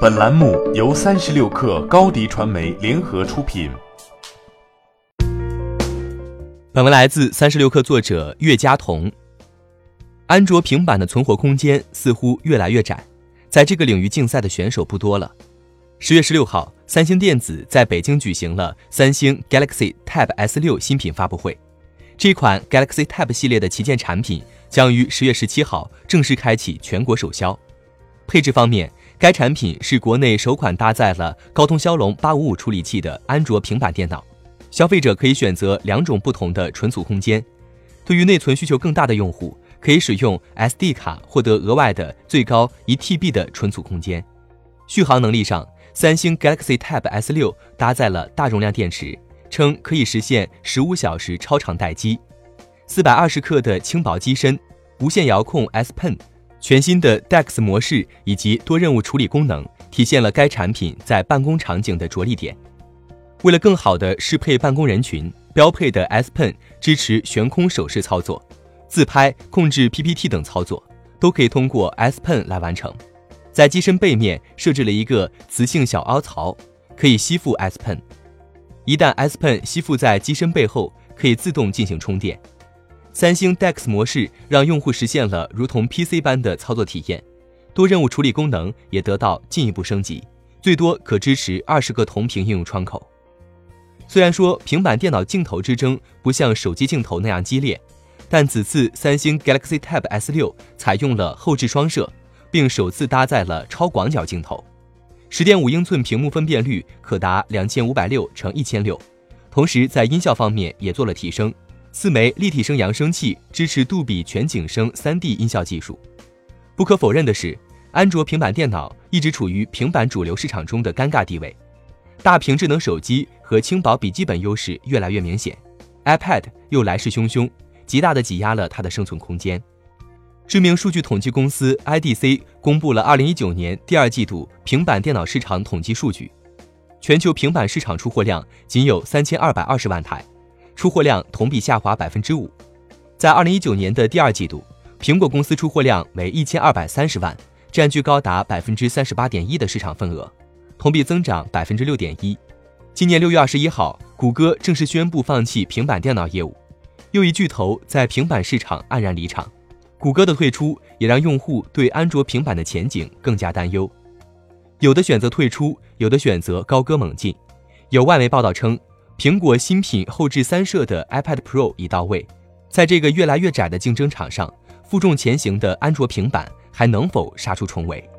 本栏目由36氪高迪传媒联合出品。 本文来自36氪作者岳佳彤。安卓平板的存活空间似乎越来越窄，在这个领域竞赛的选手不多了。10月16号，三星电子在北京举行了三星 Galaxy Tab S6 新品发布会。这款 Galaxy Tab 系列的旗舰产品将于10月17号正式开启全国首销。配置方面，该产品是国内首款搭载了高通骁龙855处理器的安卓平板电脑，消费者可以选择2种不同的存储空间。对于内存需求更大的用户，可以使用 SD 卡获得额外的最高 1TB 的存储空间。续航能力上，三星 Galaxy Tab S6 搭载了大容量电池，称可以实现15小时超长待机。420克的轻薄机身，无线遥控 S Pen， 全新的 DeX 模式以及多任务处理功能，体现了该产品在办公场景的着力点。为了更好地适配办公人群，标配的 S Pen 支持悬空手势操作，自拍、控制 PPT 等操作都可以通过 S Pen 来完成。在机身背面设置了一个磁性小凹槽，可以吸附 S Pen。一旦 S Pen 吸附在机身背后，可以自动进行充电。三星 DeX 模式让用户实现了如同 PC 般的操作体验，多任务处理功能也得到进一步升级，最多可支持20个同屏应用窗口。虽然说平板电脑镜头之争不像手机镜头那样激烈，但此次三星 Galaxy Tab S6 采用了后置双摄，并首次搭载了超广角镜头， 10.5 英寸屏幕分辨率可达2560×1600，同时在音效方面也做了提升，4枚立体声扬声器支持杜比全景声 3D 音效技术。不可否认的是，安卓平板电脑一直处于平板主流市场中的尴尬地位，大屏智能手机和轻薄笔记本优势越来越明显， iPad 又来势汹汹，极大地挤压了它的生存空间。知名数据统计公司 IDC 公布了2019年第2季度平板电脑市场统计数据，全球平板市场出货量仅有3220万台，出货量同比下滑 5%。 在2019年的第2季度，苹果公司出货量为1230万，占据高达 38.1% 的市场份额，同比增长 6.1%。 今年6月21号，谷歌正式宣布放弃平板电脑业务，又一巨头在平板市场黯然离场。谷歌的退出也让用户对安卓平板的前景更加担忧，有的选择退出，有的选择高歌猛进。有外媒报道称，苹果新品后置3摄的 iPad Pro 已到位，在这个越来越窄的竞争场上，负重前行的安卓平板还能否杀出重围？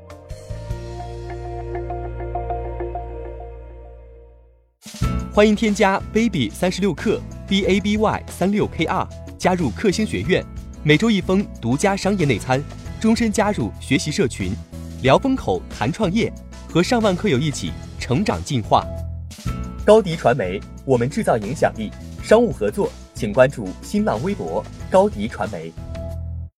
欢迎添加 baby 36克 BABY 36KR 加入克星学院，每周1封独家商业内参，终身加入学习社群，聊风口谈创业，和上万课友一起成长进化。高迪传媒，我们制造影响力。商务合作请关注新浪微博高迪传媒。